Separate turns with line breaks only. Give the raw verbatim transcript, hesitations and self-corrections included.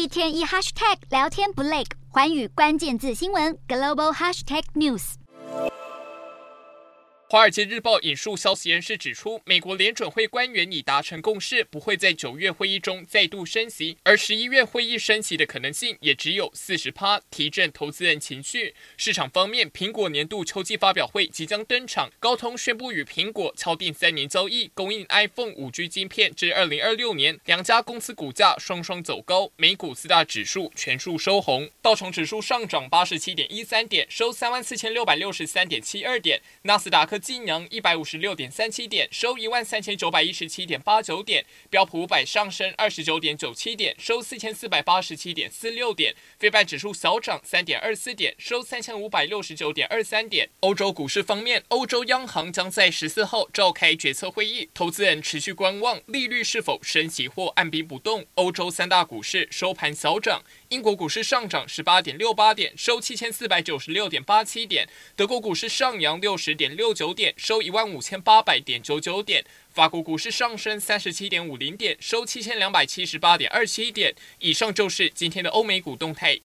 一天一 hashtag 聊天不累，寰宇关键字新闻 global hashtag news。
《华尔街日报》引述消息人士指出，美国联准会官员已达成共识，不会在九月会议中再度升息，而十一月会议升息的可能性也只有 百分之四十， 提振投资人情绪。市场方面，苹果年度秋季发表会即将登场，高通宣布与苹果敲定三年交易，供应 iPhone 五 G 晶片至二零二六年。两家公司股价双双走高，美股四大指数全数收红，道琼指数上涨 八十七点一三点，收 三万四千六百六十三点七二点，纳斯达克晋阳 一百五十六点三七点，收 一万三千九百一十七点八九点，标普五百上升 二十九点九七点，收 四千四百八十七点四六点，非半指数小涨 三点二四点，收 三千五百六十九点二三点。欧洲股市方面，欧洲央行将在十四号召开决策会议，投资人持续观望利率是否升息或按兵不动。欧洲三大股市收盘小涨，英国股市上涨 十八点六八点，收 七千四百九十六点八七点，德国股市上扬 六十点六九点，收 一万五千八百点九九点，法国股市上升 三十七点五零点，收 七千两百七十八点二七点。以上就是今天的欧美股动态。